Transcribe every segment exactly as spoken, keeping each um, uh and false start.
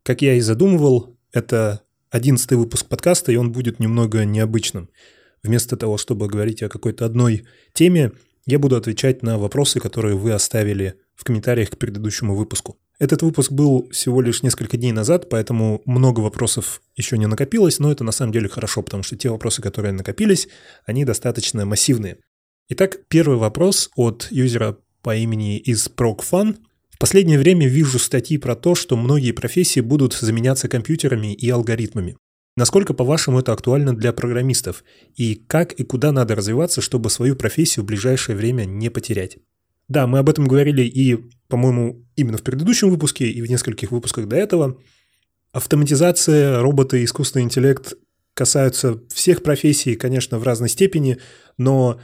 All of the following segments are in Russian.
Как я и задумывал, это одиннадцатый выпуск подкаста, и он будет немного необычным. Вместо того, чтобы говорить о какой-то одной теме, я буду отвечать на вопросы, которые вы оставили в комментариях к предыдущему выпуску. Этот выпуск был всего лишь несколько дней назад, поэтому много вопросов еще не накопилось, но это на самом деле хорошо, потому что те вопросы, которые накопились, они достаточно массивные. Итак, первый вопрос от юзера по имени isprocfun. В последнее время вижу статьи про то, что многие профессии будут заменяться компьютерами и алгоритмами. Насколько, по-вашему, это актуально для программистов? И как и куда надо развиваться, чтобы свою профессию в ближайшее время не потерять? Да, мы об этом говорили и, по-моему, именно в предыдущем выпуске, и в нескольких выпусках до этого. Автоматизация, роботы, искусственный интеллект касаются всех профессий, конечно, в разной степени, но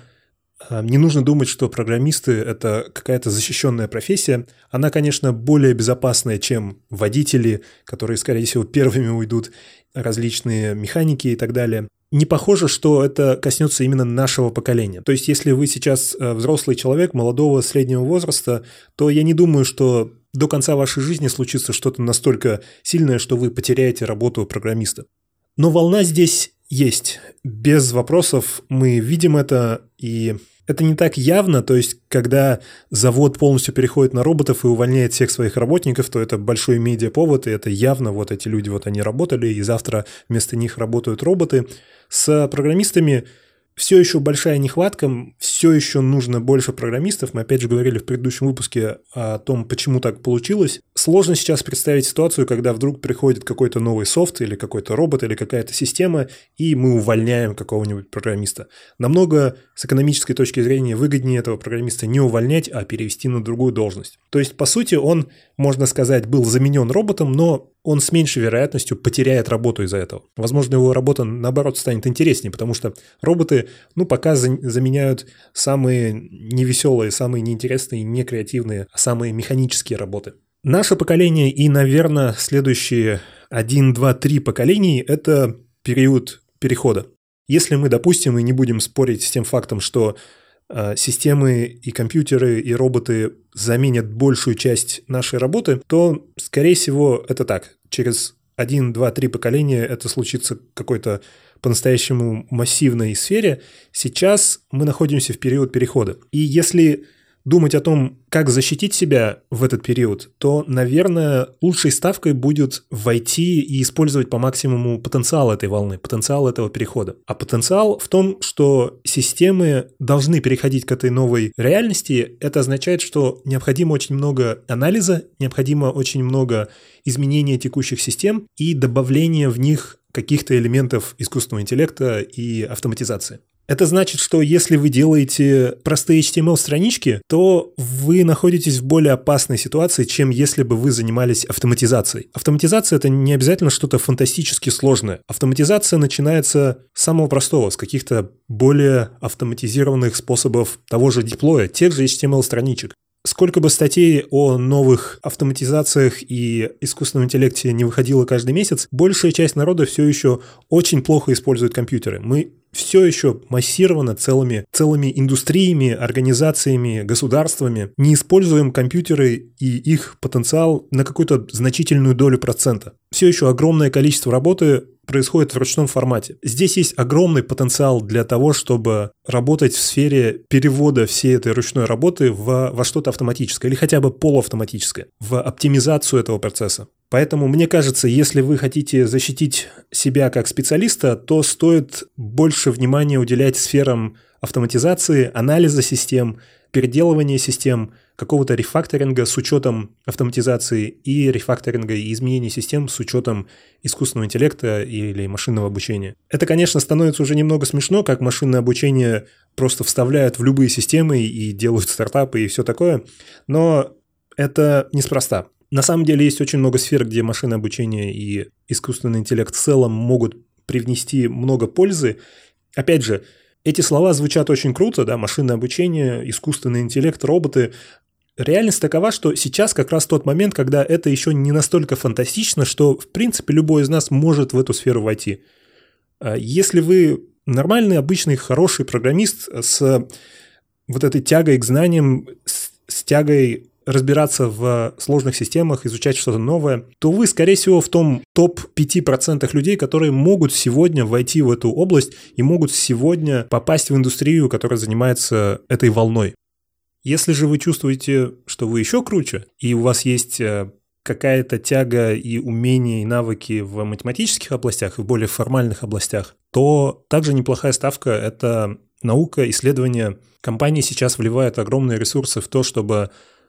не нужно думать, что программисты – это какая-то защищенная профессия. Она, конечно, более безопасная, чем водители, которые, скорее всего, первыми уйдут, различные механики и так далее. Не похоже, что это коснется именно нашего поколения. То есть, если вы сейчас взрослый человек, молодого, среднего возраста, то я не думаю, что до конца вашей жизни случится что-то настолько сильное, что вы потеряете работу программиста. Но волна здесь есть. Без вопросов мы видим это, и это не так явно, то есть, когда завод полностью переходит на роботов и увольняет всех своих работников, то это большой медиаповод, и это явно вот эти люди, вот они работали, и завтра вместо них работают роботы. С программистами все еще большая нехватка, все еще нужно больше программистов. Мы опять же говорили в предыдущем выпуске о том, почему так получилось. Сложно сейчас представить ситуацию, когда вдруг приходит какой-то новый софт или какой-то робот или какая-то система, и мы увольняем какого-нибудь программиста. Намного с экономической точки зрения выгоднее этого программиста не увольнять, а перевести на другую должность. То есть, по сути, он, можно сказать, был заменен роботом, но он с меньшей вероятностью потеряет работу из-за этого. Возможно, его работа, наоборот, станет интереснее, потому что роботы, ну, пока заменяют самые невеселые, самые неинтересные, некреативные, а самые механические работы. Наше поколение и, наверное, следующие один, два, три поколений – это период перехода. Если мы допустим и не будем спорить с тем фактом, что системы и компьютеры, и роботы заменят большую часть нашей работы, то, скорее всего, это так. Через один, два, три поколения это случится в какой-то по-настоящему массивной сфере. Сейчас мы находимся в период перехода. И если думать о том, как защитить себя в этот период, то, наверное, лучшей ставкой будет войти и использовать по максимуму потенциал этой волны, потенциал этого перехода. А потенциал в том, что системы должны переходить к этой новой реальности. Это означает, что необходимо очень много анализа, необходимо очень много изменения текущих систем и добавления в них каких-то элементов искусственного интеллекта и автоматизации. Это значит, что если вы делаете простые эйч ти эм эль-странички, то вы находитесь в более опасной ситуации, чем если бы вы занимались автоматизацией. Автоматизация – это не обязательно что-то фантастически сложное. Автоматизация начинается с самого простого, с каких-то более автоматизированных способов того же деплоя, тех же эйч ти эм эль-страничек. Сколько бы статей о новых автоматизациях и искусственном интеллекте не выходило каждый месяц, большая часть народа все еще очень плохо использует компьютеры. Мы все еще массированно целыми, целыми индустриями, организациями, государствами не используем компьютеры и их потенциал на какую-то значительную долю процента. Все еще огромное количество работы происходит в ручном формате. Здесь есть огромный потенциал для того, чтобы работать в сфере перевода всей этой ручной работы в, во что-то автоматическое или хотя бы полуавтоматическое, в оптимизацию этого процесса. Поэтому, мне кажется, если вы хотите защитить себя как специалиста, то стоит больше внимания уделять сферам автоматизации, анализа систем, переделывания систем, какого-то рефакторинга с учетом автоматизации и рефакторинга и изменения систем с учетом искусственного интеллекта или машинного обучения. Это, конечно, становится уже немного смешно, как машинное обучение просто вставляют в любые системы и делают стартапы и все такое, но это неспроста. На самом деле есть очень много сфер, где машинное обучение и искусственный интеллект в целом могут привнести много пользы. Опять же, эти слова звучат очень круто, да, машинное обучение, искусственный интеллект, роботы. Реальность такова, что сейчас как раз тот момент, когда это еще не настолько фантастично, что, в принципе, любой из нас может в эту сферу войти. Если вы нормальный, обычный, хороший программист с вот этой тягой к знаниям, с, с тягой разбираться в сложных системах, изучать что-то новое, то вы, скорее всего, в том топ пять процентов людей, которые могут сегодня войти в эту область и могут сегодня попасть в индустрию, которая занимается этой волной. Если же вы чувствуете, что вы еще круче, и у вас есть какая-то тяга и умения, и навыки в математических областях, и в более формальных областях, то также неплохая ставка – это наука, исследования. Компании сейчас вливают огромные ресурсы в то, чтобы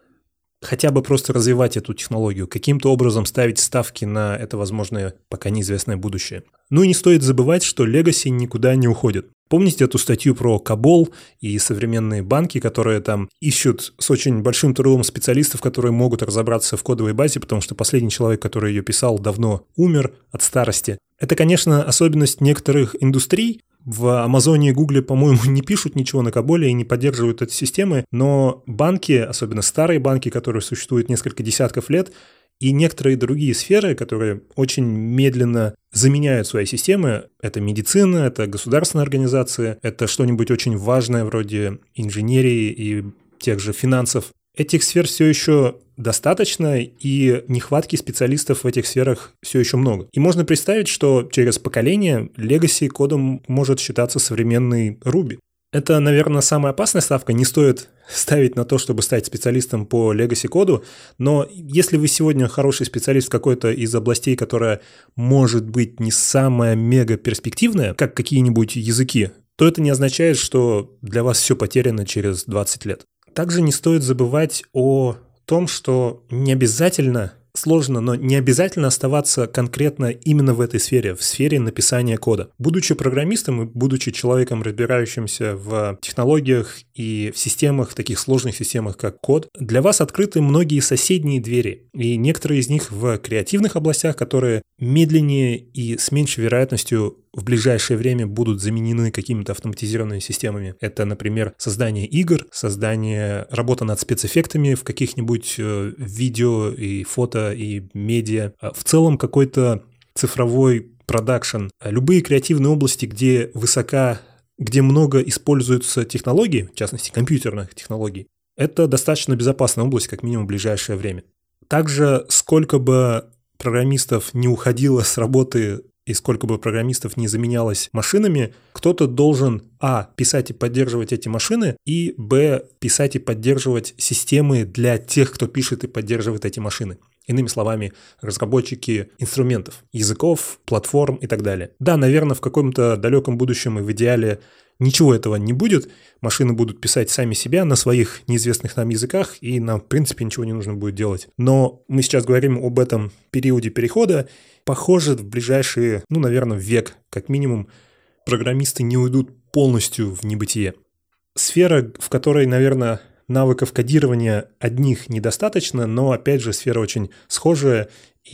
хотя бы просто развивать эту технологию, каким-то образом ставить ставки на это возможное, пока неизвестное будущее. Ну и не стоит забывать, что Legacy никуда не уходит. Помните эту статью про Кабол и современные банки, которые там ищут с очень большим трудом специалистов, которые могут разобраться в кодовой базе, потому что последний человек, который ее писал, давно умер от старости. Это, конечно, особенность некоторых индустрий. В Амазоне и Гугле, по-моему, не пишут ничего на Каболе и не поддерживают эти системы, но банки, особенно старые банки, которые существуют несколько десятков лет, и некоторые другие сферы, которые очень медленно заменяют свои системы, это медицина, это государственные организации, это что-нибудь очень важное вроде инженерии и тех же финансов. Этих сфер все еще достаточно, и нехватки специалистов в этих сферах все еще много. И можно представить, что через поколение Legacy кодом может считаться современный Ruby. Это, наверное, самая опасная ставка. Не стоит ставить на то, чтобы стать специалистом по Legacy коду, но если вы сегодня хороший специалист в какой-то из областей, которая может быть не самая мега перспективная, как какие-нибудь языки, то это не означает, что для вас все потеряно через двадцать лет. Также не стоит забывать о том, что не обязательно, сложно, но не обязательно оставаться конкретно именно в этой сфере, в сфере написания кода. Будучи программистом и будучи человеком, разбирающимся в технологиях и в системах, в таких сложных системах, как код, для вас открыты многие соседние двери, и некоторые из них в креативных областях, которые медленнее и с меньшей вероятностью в ближайшее время будут заменены какими-то автоматизированными системами. Это, например, создание игр, создание, работа над спецэффектами в каких-нибудь э, видео и фото и медиа. В целом какой-то цифровой продакшн. Любые креативные области, где высока, где много используются технологий, в частности компьютерных технологий, это достаточно безопасная область, как минимум в ближайшее время. Также сколько бы программистов не уходило с работы и сколько бы программистов не заменялось машинами, кто-то должен, а, писать и поддерживать эти машины, и, б, писать и поддерживать системы для тех, кто пишет и поддерживает эти машины. Иными словами, разработчики инструментов, языков, платформ и так далее. Да, наверное, в каком-то далеком будущем и в идеале ничего этого не будет. Машины будут писать сами себя на своих неизвестных нам языках, и нам, в принципе, ничего не нужно будет делать. Но мы сейчас говорим об этом периоде перехода. Похоже, в ближайшие, ну, наверное, век, как минимум, программисты не уйдут полностью в небытие. Сфера, в которой, наверное, навыков кодирования одних недостаточно, но, опять же, сфера очень схожая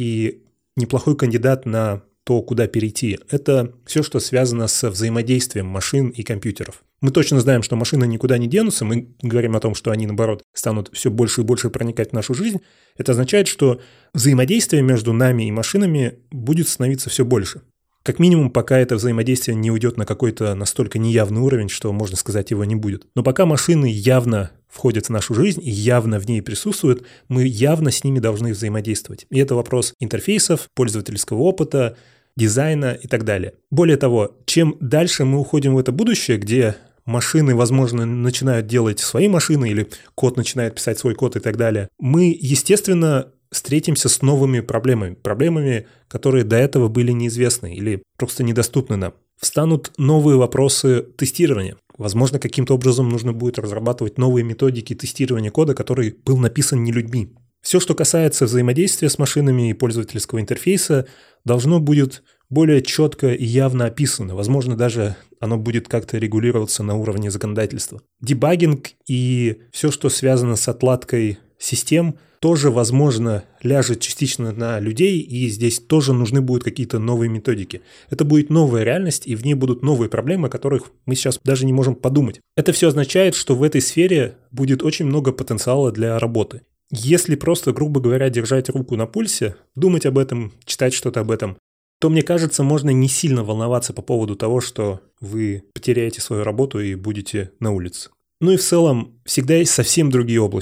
и неплохой кандидат на то, куда перейти. Это все, что связано со взаимодействием машин и компьютеров. Мы точно знаем, что машины никуда не денутся, мы говорим о том, что они, наоборот, станут все больше и больше проникать в нашу жизнь. Это означает, что взаимодействие между нами и машинами будет становиться все больше. Как минимум, пока это взаимодействие не уйдет на какой-то настолько неявный уровень, что, можно сказать, его не будет. Но пока машины явно входят в нашу жизнь и явно в ней присутствуют, мы явно с ними должны взаимодействовать. И это вопрос интерфейсов, пользовательского опыта, дизайна и так далее. Более того, чем дальше мы уходим в это будущее, где машины, возможно, начинают делать свои машины или код начинает писать свой код и так далее, мы, естественно, встретимся с новыми проблемами, проблемами, которые до этого были неизвестны или просто недоступны нам. Встанут новые вопросы тестирования. Возможно, каким-то образом нужно будет разрабатывать новые методики тестирования кода, который был написан не людьми. Все, что касается взаимодействия с машинами и пользовательского интерфейса, должно будет более четко и явно описано. Возможно, даже оно будет как-то регулироваться на уровне законодательства. Дебагинг и все, что связано с отладкой систем, тоже, возможно, ляжет частично на людей, и здесь тоже нужны будут какие-то новые методики. Это будет новая реальность, и в ней будут новые проблемы, о которых мы сейчас даже не можем подумать. Это все означает, что в этой сфере будет очень много потенциала для работы. Если просто, грубо говоря, держать руку на пульсе, думать об этом, читать что-то об этом, то, мне кажется, можно не сильно волноваться по поводу того, что вы потеряете свою работу и будете на улице. Ну и в целом, всегда есть совсем другие области.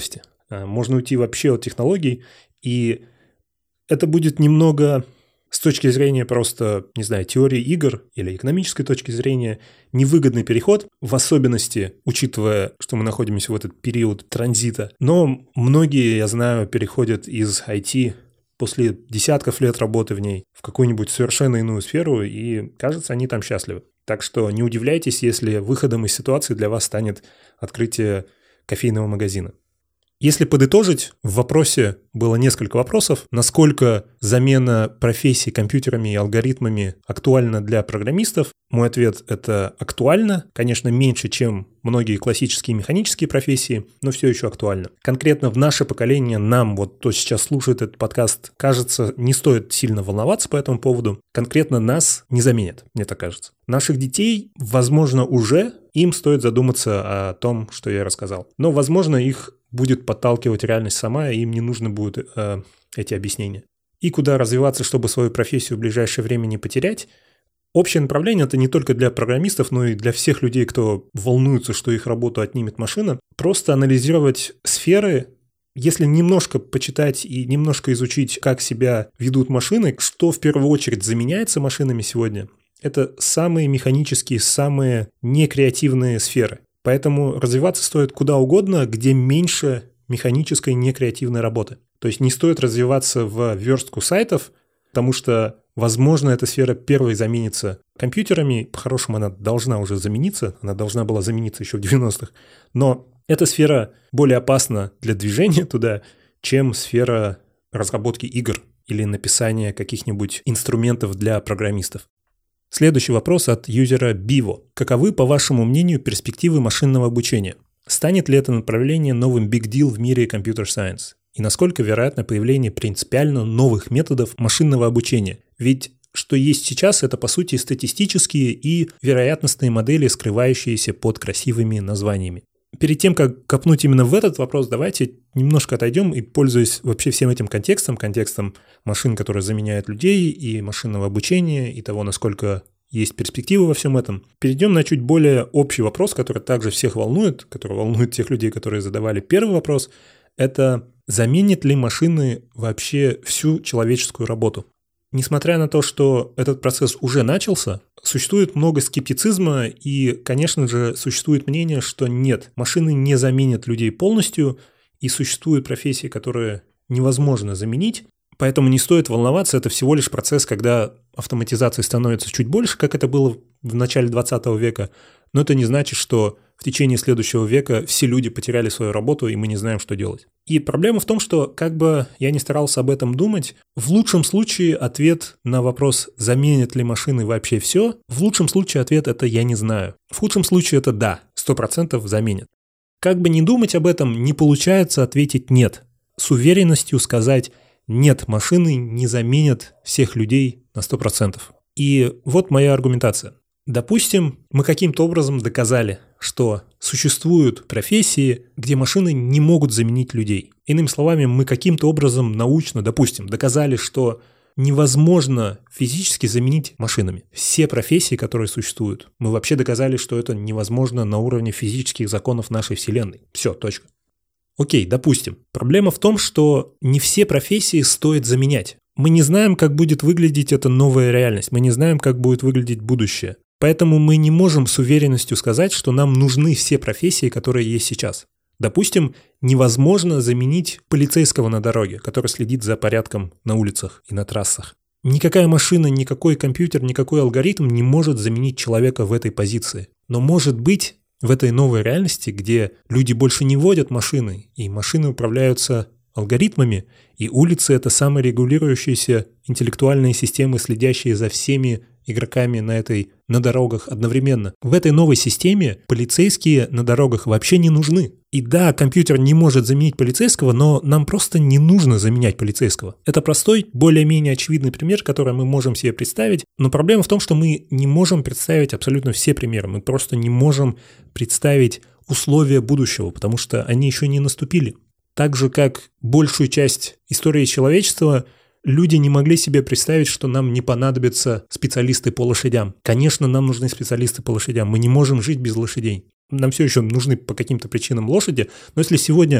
Можно уйти вообще от технологий, и это будет немного с точки зрения просто, не знаю, теории игр или экономической точки зрения невыгодный переход, в особенности, учитывая, что мы находимся в этот период транзита. Но многие, я знаю, переходят из ай ти после десятков лет работы в ней в какую-нибудь совершенно иную сферу, и, кажется, они там счастливы. Так что не удивляйтесь, если выходом из ситуации для вас станет открытие кофейного магазина. Если подытожить, в вопросе было несколько вопросов. Насколько замена профессий компьютерами и алгоритмами актуальна для программистов? Мой ответ – это актуально. Конечно, меньше, чем многие классические механические профессии, но все еще актуально. Конкретно в наше поколение, нам, вот кто сейчас слушает этот подкаст, кажется, не стоит сильно волноваться по этому поводу. Конкретно нас не заменят, мне так кажется. Наших детей, возможно, уже им стоит задуматься о том, что я рассказал. Но, возможно, их будет подталкивать реальность сама, и им не нужны будут э, эти объяснения. И куда развиваться, чтобы свою профессию в ближайшее время не потерять? Общее направление – это не только для программистов, но и для всех людей, кто волнуется, что их работу отнимет машина. Просто анализировать сферы, если немножко почитать и немножко изучить, как себя ведут машины, что в первую очередь заменяется машинами сегодня, это самые механические, самые некреативные сферы. Поэтому развиваться стоит куда угодно, где меньше механической некреативной работы. То есть не стоит развиваться в верстку сайтов, потому что, возможно, эта сфера первой заменится компьютерами. По-хорошему, она должна уже замениться. Она должна была замениться еще в девяностых. Но эта сфера более опасна для движения туда, чем сфера разработки игр или написания каких-нибудь инструментов для программистов. Следующий вопрос от юзера Биво. Каковы, по вашему мнению, перспективы машинного обучения? Станет ли это направление новым big deal в мире компьютер сайенс? И насколько вероятно появление принципиально новых методов машинного обучения? Ведь что есть сейчас, это по сути статистические и вероятностные модели, скрывающиеся под красивыми названиями. Перед тем, как копнуть именно в этот вопрос, давайте немножко отойдем и, пользуясь вообще всем этим контекстом, контекстом машин, которые заменяют людей, и машинного обучения, и того, насколько есть перспективы во всем этом, перейдем на чуть более общий вопрос, который также всех волнует, который волнует тех людей, которые задавали первый вопрос, это заменят ли машины вообще всю человеческую работу? Несмотря на то, что этот процесс уже начался, существует много скептицизма и, конечно же, существует мнение, что нет, машины не заменят людей полностью, и существуют профессии, которые невозможно заменить, поэтому не стоит волноваться, это всего лишь процесс, когда автоматизации становится чуть больше, как это было в начале двадцатого века, но это не значит, что в течение следующего века все люди потеряли свою работу, и мы не знаем, что делать. И проблема в том, что, как бы я ни старался об этом думать, в лучшем случае ответ на вопрос, заменят ли машины вообще все, в лучшем случае ответ – это «я не знаю». В худшем случае это «да», сто процентов заменят. Как бы ни думать об этом, не получается ответить «нет». С уверенностью сказать «нет, машины не заменят всех людей на сто процентов». И вот моя аргументация. Допустим, мы каким-то образом доказали, что существуют профессии, где машины не могут заменить людей. Иными словами, мы каким-то образом научно, допустим, доказали, что невозможно физически заменить машинами все профессии, которые существуют. Мы вообще доказали, что это невозможно на уровне физических законов нашей Вселенной. Все, точка. Окей, допустим. Проблема в том, что не все профессии стоит заменять. Мы не знаем, как будет выглядеть эта новая реальность. Мы не знаем, как будет выглядеть будущее. Поэтому мы не можем с уверенностью сказать, что нам нужны все профессии, которые есть сейчас. Допустим, невозможно заменить полицейского на дороге, который следит за порядком на улицах и на трассах. Никакая машина, никакой компьютер, никакой алгоритм не может заменить человека в этой позиции. Но может быть, в этой новой реальности, где люди больше не водят машины, и машины управляются алгоритмами, и улицы – это саморегулирующиеся интеллектуальные системы, следящие за всеми игроками на этой, на дорогах одновременно. В этой новой системе полицейские на дорогах вообще не нужны. И да, компьютер не может заменить полицейского, но нам просто не нужно заменять полицейского. Это простой, более-менее очевидный пример, который мы можем себе представить, но проблема в том, что мы не можем представить абсолютно все примеры. Мы просто не можем представить условия будущего, потому что они еще не наступили. Так же, как большую часть истории человечества люди не могли себе представить, что нам не понадобятся специалисты по лошадям. Конечно, нам нужны специалисты по лошадям. Мы не можем жить без лошадей. Нам все еще нужны по каким-то причинам лошади. Но если сегодня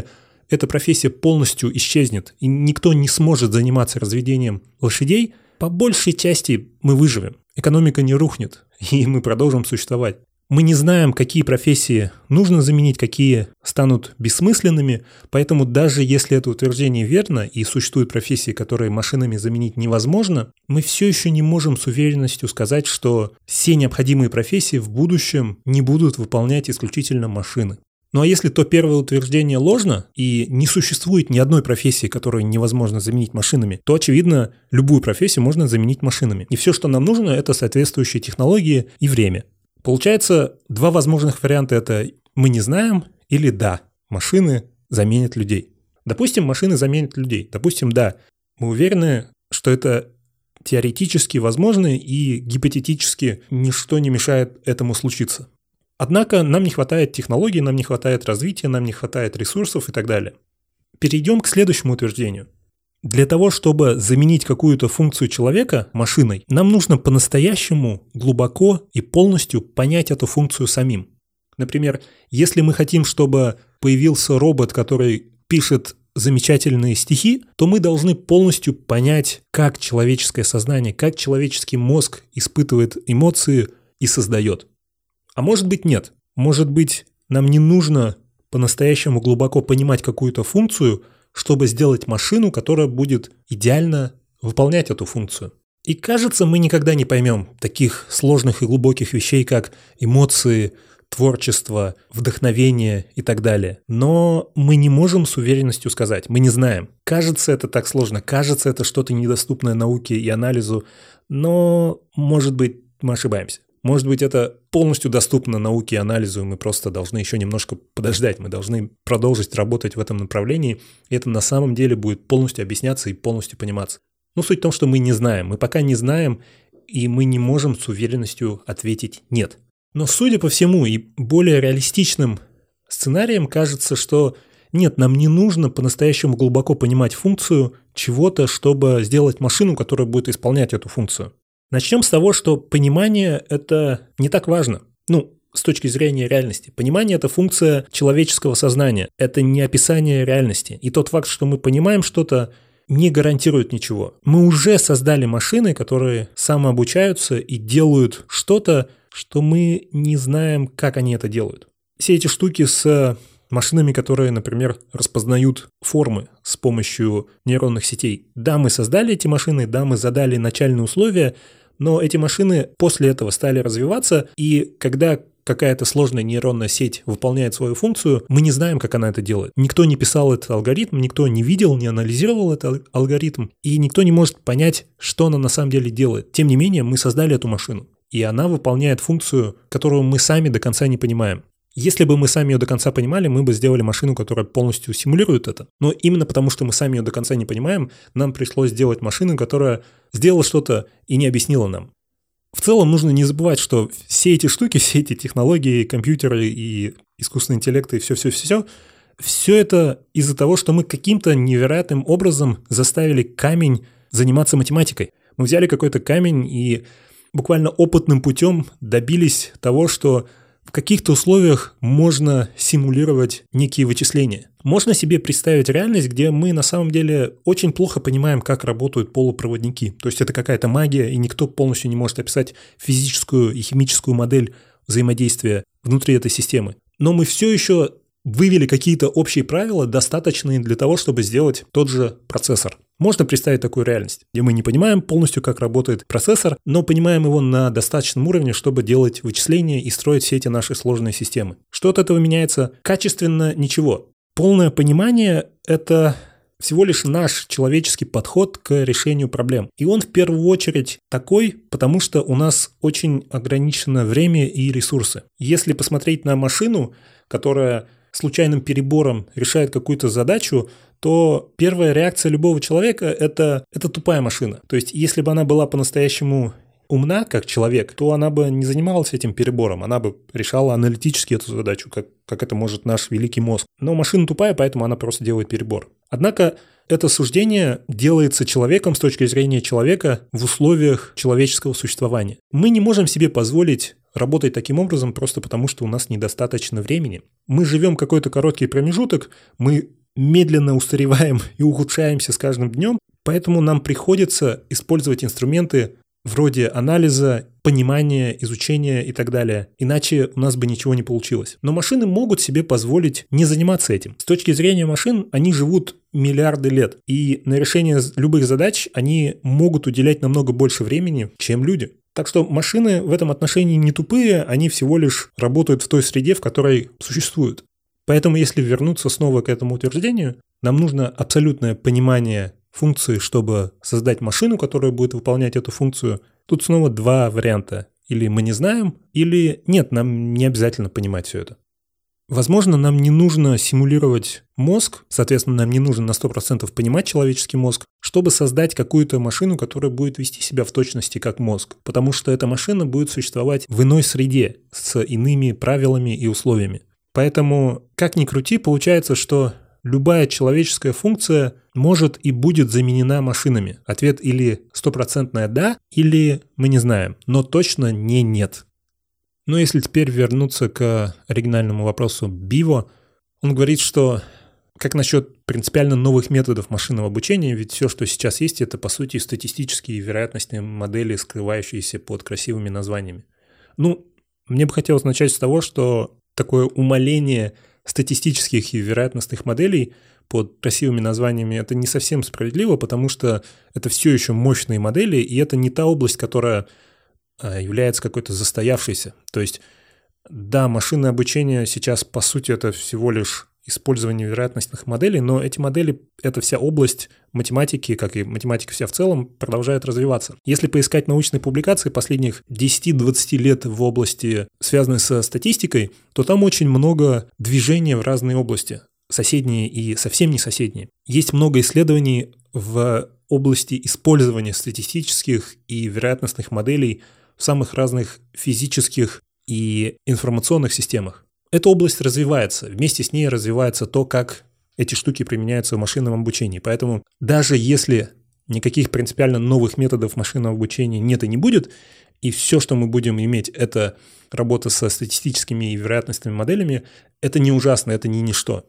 эта профессия полностью исчезнет, и никто не сможет заниматься разведением лошадей, по большей части мы выживем. Экономика не рухнет, и мы продолжим существовать. Мы не знаем, какие профессии нужно заменить, какие станут бессмысленными, поэтому даже если это утверждение верно и существуют профессии, которые машинами заменить невозможно, мы все еще не можем с уверенностью сказать, что все необходимые профессии в будущем не будут выполнять исключительно машины. Ну а если то первое утверждение ложно и не существует ни одной профессии, которую невозможно заменить машинами, то, очевидно, любую профессию можно заменить машинами. И все, что нам нужно, это соответствующие технологии и время. Получается, два возможных варианта – это «мы не знаем» или «да, машины заменят людей». Допустим, машины заменят людей. Допустим, да, мы уверены, что это теоретически возможно и гипотетически ничто не мешает этому случиться. Однако нам не хватает технологий, нам не хватает развития, нам не хватает ресурсов и так далее. Перейдем к следующему утверждению. Для того, чтобы заменить какую-то функцию человека машиной, нам нужно по-настоящему глубоко и полностью понять эту функцию самим. Например, если мы хотим, чтобы появился робот, который пишет замечательные стихи, то мы должны полностью понять, как человеческое сознание, как человеческий мозг испытывает эмоции и создает. А может быть, нет. Может быть, нам не нужно по-настоящему глубоко понимать какую-то функцию, чтобы сделать машину, которая будет идеально выполнять эту функцию. И кажется, мы никогда не поймем таких сложных и глубоких вещей, как эмоции, творчество, вдохновение и так далее. Но мы не можем с уверенностью сказать, мы не знаем. Кажется, это так сложно, кажется, это что-то недоступное науке и анализу, но, может быть, мы ошибаемся. Может быть, это полностью доступно науке и анализу, и мы просто должны еще немножко подождать, мы должны продолжить работать в этом направлении, и это на самом деле будет полностью объясняться и полностью пониматься. Но суть в том, что мы не знаем, мы пока не знаем, и мы не можем с уверенностью ответить «нет». Но судя по всему и более реалистичным сценариям кажется, что нет, нам не нужно по-настоящему глубоко понимать функцию чего-то, чтобы сделать машину, которая будет исполнять эту функцию. Начнем с того, что понимание – это не так важно. Ну, с точки зрения реальности. Понимание – это функция человеческого сознания. Это не описание реальности. И тот факт, что мы понимаем что-то, не гарантирует ничего. Мы уже создали машины, которые самообучаются и делают что-то, что мы не знаем, как они это делают. Все эти штуки с машинами, которые, например, распознают формы с помощью нейронных сетей. Да, мы создали эти машины, да, мы задали начальные условия, но эти машины после этого стали развиваться, и когда какая-то сложная нейронная сеть выполняет свою функцию, мы не знаем, как она это делает. Никто не писал этот алгоритм, никто не видел, не анализировал этот алгоритм, и никто не может понять, что она на самом деле делает. Тем не менее, мы создали эту машину, и она выполняет функцию, которую мы сами до конца не понимаем. Если бы мы сами ее до конца понимали, мы бы сделали машину, которая полностью симулирует это. Но именно потому, что мы сами ее до конца не понимаем, нам пришлось сделать машину, которая сделала что-то и не объяснила нам. В целом нужно не забывать, что все эти штуки, все эти технологии, компьютеры и искусственный интеллект и все-все-все, все это из-за того, что мы каким-то невероятным образом заставили камень заниматься математикой. Мы взяли какой-то камень и буквально опытным путем добились того, что в каких-то условиях можно симулировать некие вычисления. Можно себе представить реальность, где мы на самом деле очень плохо понимаем, как работают полупроводники. То есть это какая-то магия, и никто полностью не может описать физическую и химическую модель взаимодействия внутри этой системы. Но мы все еще вывели какие-то общие правила, достаточные для того, чтобы сделать тот же процессор. Можно представить такую реальность, где мы не понимаем полностью, как работает процессор, но понимаем его на достаточном уровне, чтобы делать вычисления и строить все эти наши сложные системы. Что от этого меняется? Качественно ничего. Полное понимание – это всего лишь наш человеческий подход к решению проблем. И он в первую очередь такой, потому что у нас очень ограничено время и ресурсы. Если посмотреть на машину, которая случайным перебором решает какую-то задачу, то первая реакция любого человека – это, это тупая машина. То есть, если бы она была по-настоящему умна, как человек, то она бы не занималась этим перебором, она бы решала аналитически эту задачу, как, как это может наш великий мозг. Но машина тупая, поэтому она просто делает перебор. Однако это суждение делается человеком с точки зрения человека в условиях человеческого существования. Мы не можем себе позволить работать таким образом просто потому, что у нас недостаточно времени. Мы живем какой-то короткий промежуток, мы медленно устареваем и ухудшаемся с каждым днем, поэтому нам приходится использовать инструменты вроде анализа, понимания, изучения и так далее. Иначе у нас бы ничего не получилось. Но машины могут себе позволить не заниматься этим. С точки зрения машин, они живут миллиарды лет. И на решение любых задач они могут уделять намного больше времени, чем люди. Так что машины в этом отношении не тупые, они всего лишь работают в той среде, в которой существуют. Поэтому если вернуться снова к этому утверждению, нам нужно абсолютное понимание функции, чтобы создать машину, которая будет выполнять эту функцию. Тут снова два варианта. Или мы не знаем, или нет, нам не обязательно понимать все это. Возможно, нам не нужно симулировать мозг, соответственно, нам не нужно на сто процентов понимать человеческий мозг, чтобы создать какую-то машину, которая будет вести себя в точности как мозг. Потому что эта машина будет существовать в иной среде, с иными правилами и условиями. Поэтому, как ни крути, получается, что любая человеческая функция может и будет заменена машинами. Ответ или стопроцентное «да», или мы не знаем, но точно не «нет». Но если теперь вернуться к оригинальному вопросу Биво, он говорит, что как насчет принципиально новых методов машинного обучения, ведь все, что сейчас есть, это по сути статистические вероятностные модели, скрывающиеся под красивыми названиями. Ну, мне бы хотелось начать с того, что такое умаление статистических и вероятностных моделей под красивыми названиями это не совсем справедливо, потому что это все еще мощные модели, и это не та область, которая является какой-то застоявшейся. То есть, да, машинное обучение сейчас, по сути, это всего лишь использование вероятностных моделей, но эти модели, эта вся область математики, как и математика вся в целом, продолжает развиваться. Если поискать научные публикации последних десять-двадцать лет в области, связанной со статистикой, то там очень много движения в разные области, соседние и совсем не соседние. Есть много исследований в области использования статистических и вероятностных моделей в самых разных физических и информационных системах. Эта область развивается, вместе с ней развивается то, как эти штуки применяются в машинном обучении. Поэтому даже если никаких принципиально новых методов машинного обучения нет и не будет, и все, что мы будем иметь, это работа со статистическими и вероятностными моделями, это не ужасно, это не ничто.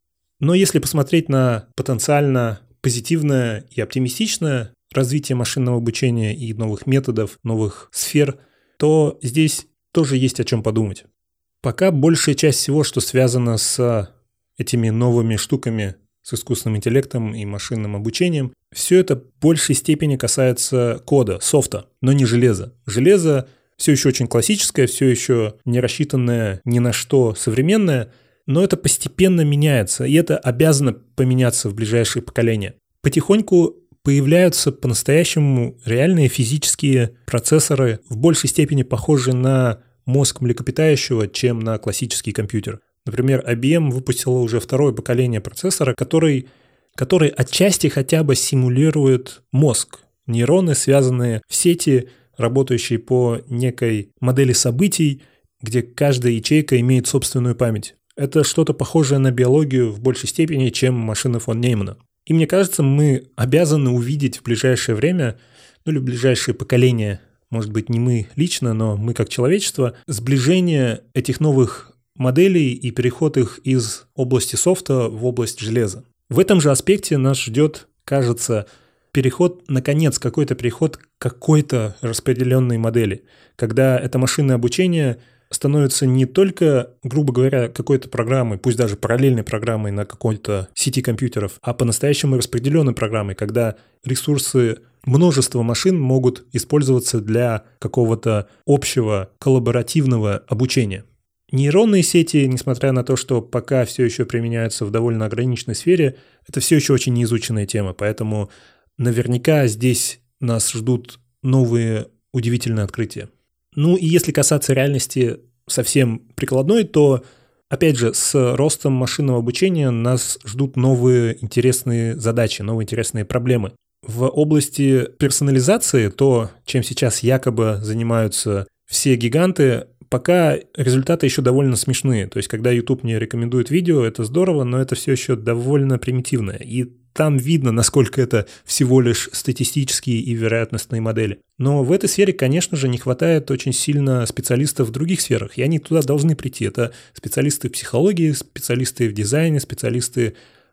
Но если посмотреть на потенциально позитивное и оптимистичное развитие машинного обучения и новых методов, новых сфер, то здесь тоже есть о чем подумать. Пока большая часть всего, что связано с этими новыми штуками, с искусственным интеллектом и машинным обучением, все это в большей степени касается кода, софта, но не железа. Железо все еще очень классическое, все еще не рассчитанное ни на что современное, но это постепенно меняется, и это обязано поменяться в ближайшие поколения. Потихоньку появляются по-настоящему реальные физические процессоры, в большей степени похожие на мозг млекопитающего, чем на классический компьютер. Например, ай би эм выпустила уже второе поколение процессора, который, который отчасти хотя бы симулирует мозг. Нейроны, связанные в сети, работающие по некой модели событий, где каждая ячейка имеет собственную память. Это что-то похожее на биологию в большей степени, чем машина фон Неймана. И мне кажется, мы обязаны увидеть в ближайшее время, ну или в ближайшие поколения, может быть, не мы лично, но мы как человечество, сближение этих новых моделей и переход их из области софта в область железа. В этом же аспекте нас ждет, кажется, переход, наконец, какой-то переход к какой-то распределенной модели, когда это машинное обучение становится не только, грубо говоря, какой-то программой, пусть даже параллельной программой на какой-то сети компьютеров, а по-настоящему распределенной программой, когда ресурсы множества машин могут использоваться для какого-то общего коллаборативного обучения. Нейронные сети, несмотря на то, что пока все еще применяются в довольно ограниченной сфере, это все еще очень неизученная тема, поэтому наверняка здесь нас ждут новые удивительные открытия. Ну и если касаться реальности совсем прикладной, то, опять же, с ростом машинного обучения нас ждут новые интересные задачи, новые интересные проблемы. В области персонализации, то, чем сейчас якобы занимаются все гиганты, пока результаты еще довольно смешные. То есть, когда YouTube мне рекомендует видео, это здорово, но это все еще довольно примитивно. И там видно, насколько это всего лишь статистические и вероятностные модели. Но в этой сфере, конечно же, не хватает очень сильно специалистов в других сферах, и они туда должны прийти. Это специалисты в психологии, специалисты в дизайне, специалисты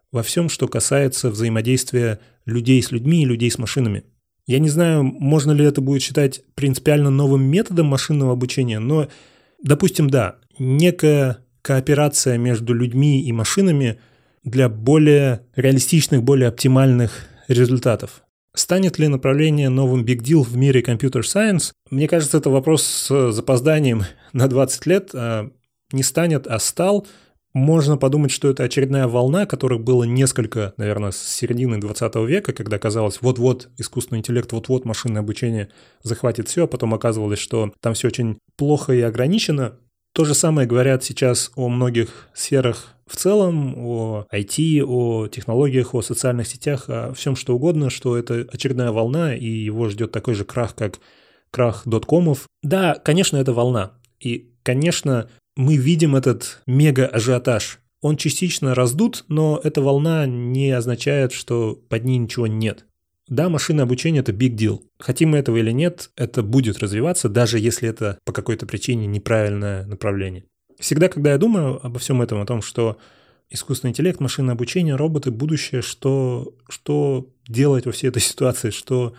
во всем, что касается взаимодействия людей с людьми и людей с машинами. Я не знаю, можно ли это будет считать принципиально новым методом машинного обучения, но, допустим, да, некая кооперация между людьми и машинами для более реалистичных, более оптимальных результатов. Станет ли направление новым big deal в мире computer science? Мне кажется, это вопрос с запозданием на двадцать лет. Не станет, а стал. Можно подумать, что это очередная волна, которых было несколько, наверное, с середины двадцатого века, когда казалось, вот-вот искусственный интеллект, вот-вот машинное обучение захватит все, а потом оказывалось, что там все очень плохо и ограничено. То же самое говорят сейчас о многих сферах в целом, о ай ти, о технологиях, о социальных сетях, о всем что угодно, что это очередная волна, и его ждет такой же крах, как крах доткомов. Да, конечно, это волна. И, конечно, мы видим этот мега-ажиотаж. Он частично раздут, но эта волна не означает, что под ней ничего нет. Да, машинное обучение – это big deal. Хотим мы этого или нет, это будет развиваться, даже если это по какой-то причине неправильное направление. Всегда, когда я думаю обо всем этом, о том, что искусственный интеллект, машинное обучение, роботы, будущее, что, что делать во всей этой ситуации, что,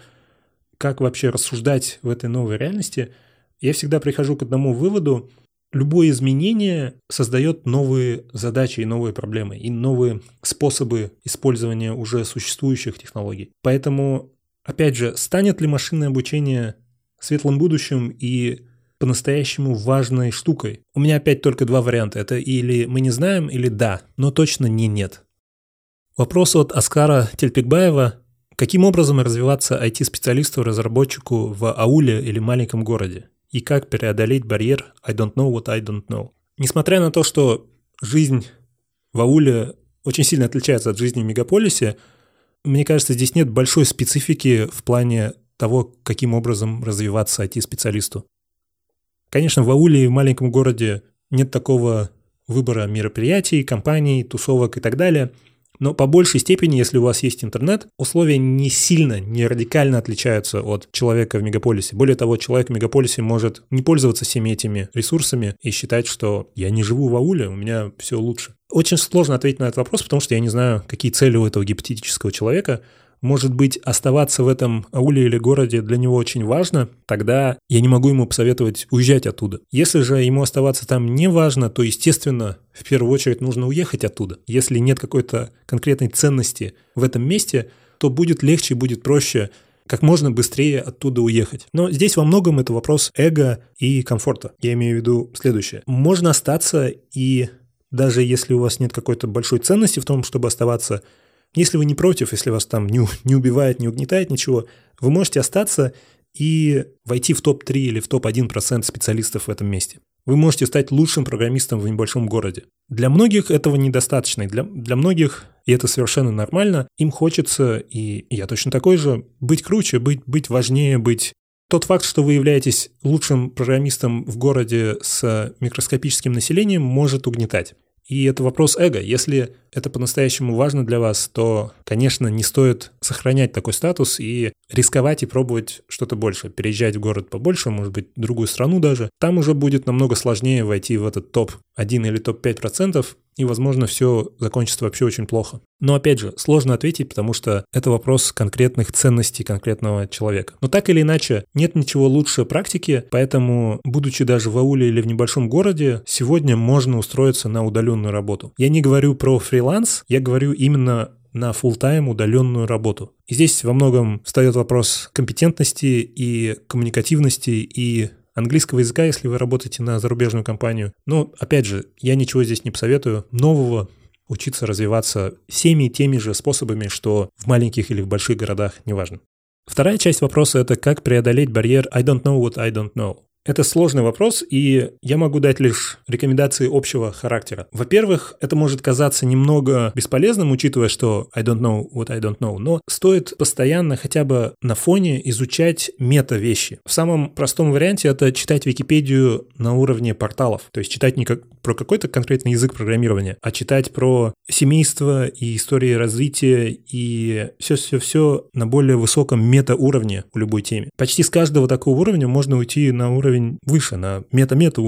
как вообще рассуждать в этой новой реальности, я всегда прихожу к одному выводу. Любое изменение создает новые задачи и новые проблемы, и новые способы использования уже существующих технологий. Поэтому, опять же, станет ли машинное обучение светлым будущим и по-настоящему важной штукой? У меня опять только два варианта. Это или мы не знаем, или да, но точно не нет. Вопрос от Аскара Тельпикбаева. Каким образом развиваться ай ти-специалисту, разработчику в ауле или маленьком городе? И как преодолеть барьер I don't know what I don't know. Несмотря на то, что жизнь в ауле очень сильно отличается от жизни в мегаполисе, мне кажется, здесь нет большой специфики в плане того, каким образом развиваться ай ти-специалисту. Конечно, в ауле и в маленьком городе нет такого выбора мероприятий, компаний, тусовок и так далее. Но по большей степени, если у вас есть интернет, условия не сильно, не радикально отличаются от человека в мегаполисе. Более того, человек в мегаполисе может не пользоваться всеми этими ресурсами и считать, что я не живу в ауле, у меня все лучше. Очень сложно ответить на этот вопрос, потому что я не знаю, какие цели у этого гипотетического человека. Может быть, оставаться в этом ауле или городе для него очень важно, тогда я не могу ему посоветовать уезжать оттуда. Если же ему оставаться там не важно, то, естественно, в первую очередь нужно уехать оттуда. Если нет какой-то конкретной ценности в этом месте, то будет легче, будет проще как можно быстрее оттуда уехать. Но здесь во многом это вопрос эго и комфорта. Я имею в виду следующее. Можно остаться, и даже если у вас нет какой-то большой ценности в том, чтобы оставаться, если вы не против, если вас там не, не убивает, не угнетает ничего, вы можете остаться и войти в топ три или в топ один процент специалистов в этом месте. Вы можете стать лучшим программистом в небольшом городе. Для многих этого недостаточно. Для, для многих, и это совершенно нормально, им хочется, и я точно такой же, быть круче, быть, быть важнее, быть... Тот факт, что вы являетесь лучшим программистом в городе с микроскопическим населением, может угнетать. И это вопрос эго. Если это по-настоящему важно для вас, то, конечно, не стоит сохранять такой статус и рисковать и пробовать что-то больше. Переезжать в город побольше, может быть, в другую страну даже. Там уже будет намного сложнее войти в этот топ один или топ пять процентов, и, возможно, все закончится вообще очень плохо. Но, опять же, сложно ответить, потому что это вопрос конкретных ценностей конкретного человека. Но так или иначе, нет ничего лучше практики, поэтому, будучи даже в ауле или в небольшом городе, сегодня можно устроиться на удаленную работу. Я не говорю про фриланс, я говорю именно на фулл-тайм удаленную работу. И здесь во многом встает вопрос компетентности и коммуникативности и английского языка, если вы работаете на зарубежную компанию. Но, опять же, я ничего здесь не посоветую нового, учиться развиваться всеми теми же способами, что в маленьких или в больших городах, неважно. Вторая часть вопроса – это как преодолеть барьер I don't know what I don't know. Это сложный вопрос, и я могу дать лишь рекомендации общего характера. Во-первых, это может казаться немного бесполезным, учитывая, что I don't know what I don't know, но стоит постоянно хотя бы на фоне изучать мета-вещи. В самом простом варианте это читать Википедию на уровне порталов, то есть читать не как про какой-то конкретный язык программирования, а читать про семейство и истории развития и все-все-все на более высоком мета-уровне в любой теме. Почти с каждого такого уровня можно уйти на уровень выше, на мета-мета уровень.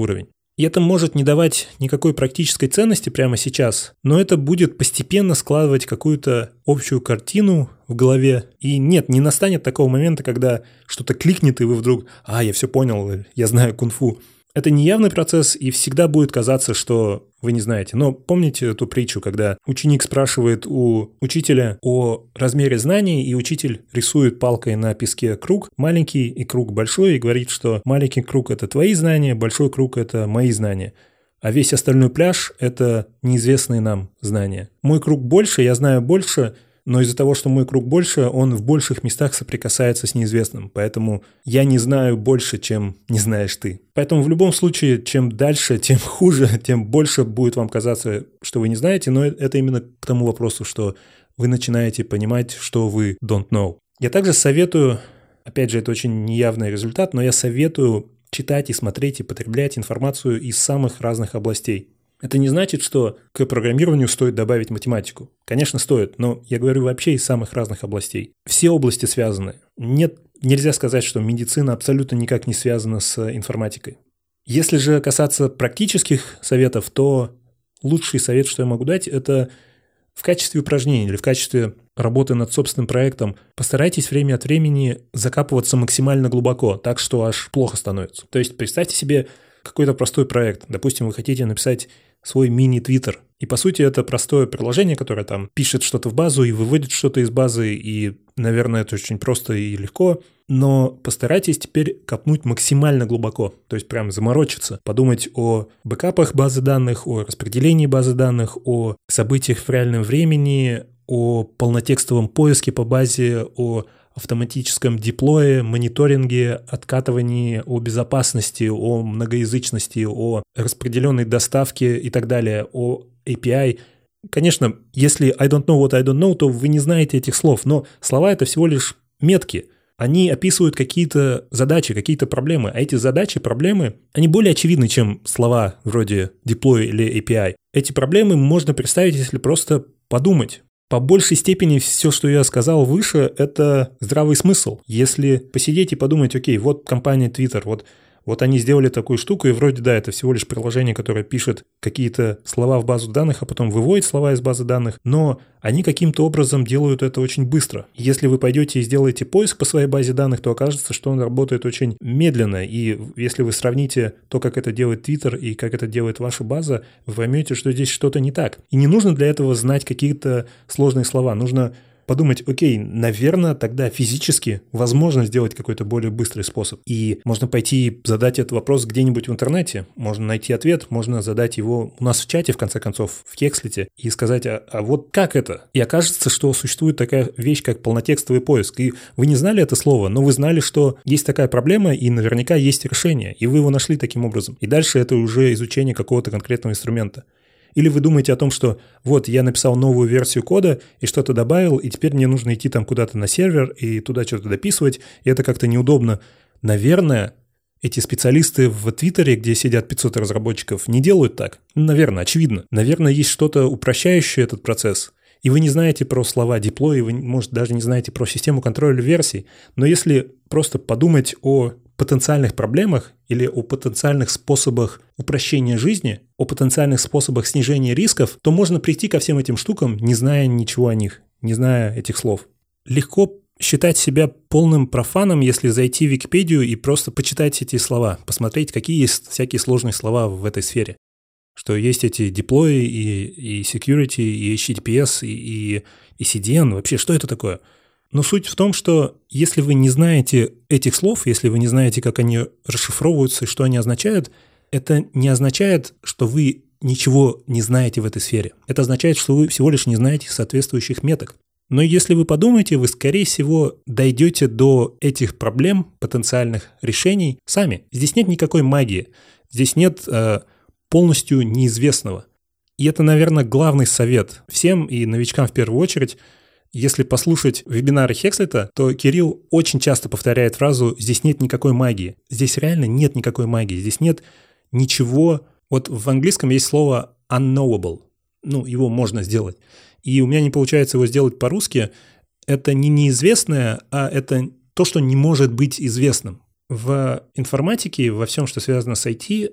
И это может не давать никакой практической ценности прямо сейчас, но это будет постепенно складывать какую-то общую картину в голове. И нет, не настанет такого момента, когда что-то кликнет, и вы вдруг «А, я все понял, я знаю кунг-фу». Это не явный процесс, и всегда будет казаться, что вы не знаете. Но помните эту притчу, когда ученик спрашивает у учителя о размере знаний, и учитель рисует палкой на песке круг маленький и круг большой, и говорит, что маленький круг – это твои знания, большой круг – это мои знания. А весь остальной пляж – это неизвестные нам знания. Мой круг больше, я знаю больше, но из-за того, что мой круг больше, он в больших местах соприкасается с неизвестным. Поэтому я не знаю больше, чем не знаешь ты. Поэтому в любом случае, чем дальше, тем хуже, тем больше будет вам казаться, что вы не знаете. Но это именно к тому вопросу, что вы начинаете понимать, что вы don't know. Я также советую, опять же, это очень неявный результат, но я советую читать и смотреть и потреблять информацию из самых разных областей. Это не значит, что к программированию стоит добавить математику. Конечно, стоит, но я говорю вообще из самых разных областей. Все области связаны. Нет, нельзя сказать, что медицина абсолютно никак не связана с информатикой. Если же касаться практических советов, то лучший совет, что я могу дать, это в качестве упражнения или в качестве работы над собственным проектом постарайтесь время от времени закапываться максимально глубоко, так что аж плохо становится. То есть представьте себе какой-то простой проект. Допустим, вы хотите написать свой мини-твиттер. И, по сути, это простое приложение, которое там пишет что-то в базу и выводит что-то из базы, и, наверное, это очень просто и легко, но постарайтесь теперь копнуть максимально глубоко, то есть прям заморочиться, подумать о бэкапах базы данных, о распределении базы данных, о событиях в реальном времени, о полнотекстовом поиске по базе, о автоматическом деплое, мониторинге, откатывании, о безопасности, о многоязычности, о распределенной доставке и так далее, о эй пи ай. Конечно, если I don't know what I don't know, то вы не знаете этих слов, но слова – это всего лишь метки. Они описывают какие-то задачи, какие-то проблемы, а эти задачи, проблемы, они более очевидны, чем слова вроде deploy или эй пи ай. Эти проблемы можно представить, если просто подумать. По большей степени все, что я сказал выше, это здравый смысл. Если посидеть и подумать, окей, вот компания Twitter, вот, вот они сделали такую штуку, и вроде, да, это всего лишь приложение, которое пишет какие-то слова в базу данных, а потом выводит слова из базы данных, но они каким-то образом делают это очень быстро. Если вы пойдете и сделаете поиск по своей базе данных, то окажется, что он работает очень медленно, и если вы сравните то, как это делает Twitter и как это делает ваша база, вы поймете, что здесь что-то не так. И не нужно для этого знать какие-то сложные слова, нужно подумать, окей, наверное, тогда физически возможно сделать какой-то более быстрый способ. И можно пойти и задать этот вопрос где-нибудь в интернете, можно найти ответ, можно задать его у нас в чате, в конце концов, в Кекслите, и сказать, а, а вот как это? И окажется, что существует такая вещь, как полнотекстовый поиск. И вы не знали это слово, но вы знали, что есть такая проблема, и наверняка есть решение, и вы его нашли таким образом. И дальше это уже изучение какого-то конкретного инструмента. Или вы думаете о том, что вот я написал новую версию кода и что-то добавил, и теперь мне нужно идти там куда-то на сервер и туда что-то дописывать, и это как-то неудобно. Наверное, эти специалисты в Твиттере, где сидят пятьсот разработчиков, не делают так. Наверное, очевидно. Наверное, есть что-то упрощающее этот процесс. И вы не знаете про слова deploy, и вы, может, даже не знаете про систему контроля версий. Но если просто подумать о потенциальных проблемах или о потенциальных способах упрощения жизни, о потенциальных способах снижения рисков, то можно прийти ко всем этим штукам, не зная ничего о них, не зная этих слов. Легко считать себя полным профаном, если зайти в Википедию и просто почитать эти слова, посмотреть, какие есть всякие сложные слова в этой сфере. Что есть эти deploy и, и security, и эйч ти ти пи эс, и, и, и си ди эн. Вообще, что это такое? Но суть в том, что если вы не знаете этих слов, если вы не знаете, как они расшифровываются и что они означают, это не означает, что вы ничего не знаете в этой сфере. Это означает, что вы всего лишь не знаете соответствующих меток. Но если вы подумаете, вы, скорее всего, дойдете до этих проблем, потенциальных решений сами. Здесь нет никакой магии. Здесь нет э, полностью неизвестного. И это, наверное, главный совет всем и новичкам в первую очередь. Если послушать вебинары Хекслита, то Кирилл очень часто повторяет фразу «здесь нет никакой магии». Здесь реально нет никакой магии. Здесь нет ничего. Вот в английском есть слово unknowable. Ну, его можно сделать. И у меня не получается его сделать по-русски. Это не неизвестное, а это то, что не может быть известным. В информатике, во всем, что связано с ай ти,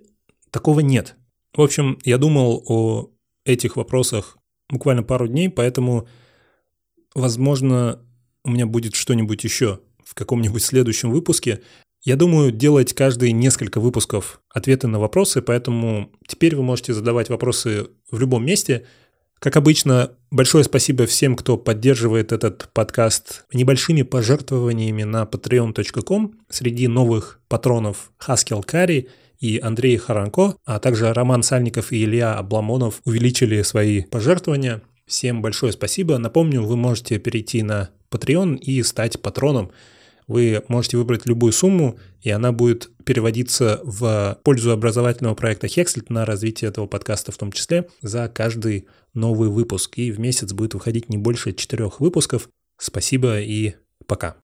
такого нет. В общем, я думал о этих вопросах буквально пару дней, поэтому, возможно, у меня будет что-нибудь еще в каком-нибудь следующем выпуске. Я думаю делать каждые несколько выпусков ответы на вопросы, поэтому теперь вы можете задавать вопросы в любом месте. Как обычно, большое спасибо всем, кто поддерживает этот подкаст небольшими пожертвованиями на patreon точка ком. Среди новых патронов Хаскел Кари и Андрей Харанко, а также Роман Сальников и Илья Обламонов увеличили свои пожертвования. Всем большое спасибо. Напомню, вы можете перейти на Patreon и стать патроном. Вы можете выбрать любую сумму, и она будет переводиться в пользу образовательного проекта Hexlet на развитие этого подкаста в том числе за каждый новый выпуск. И в месяц будет выходить не больше четырех выпусков. Спасибо и пока.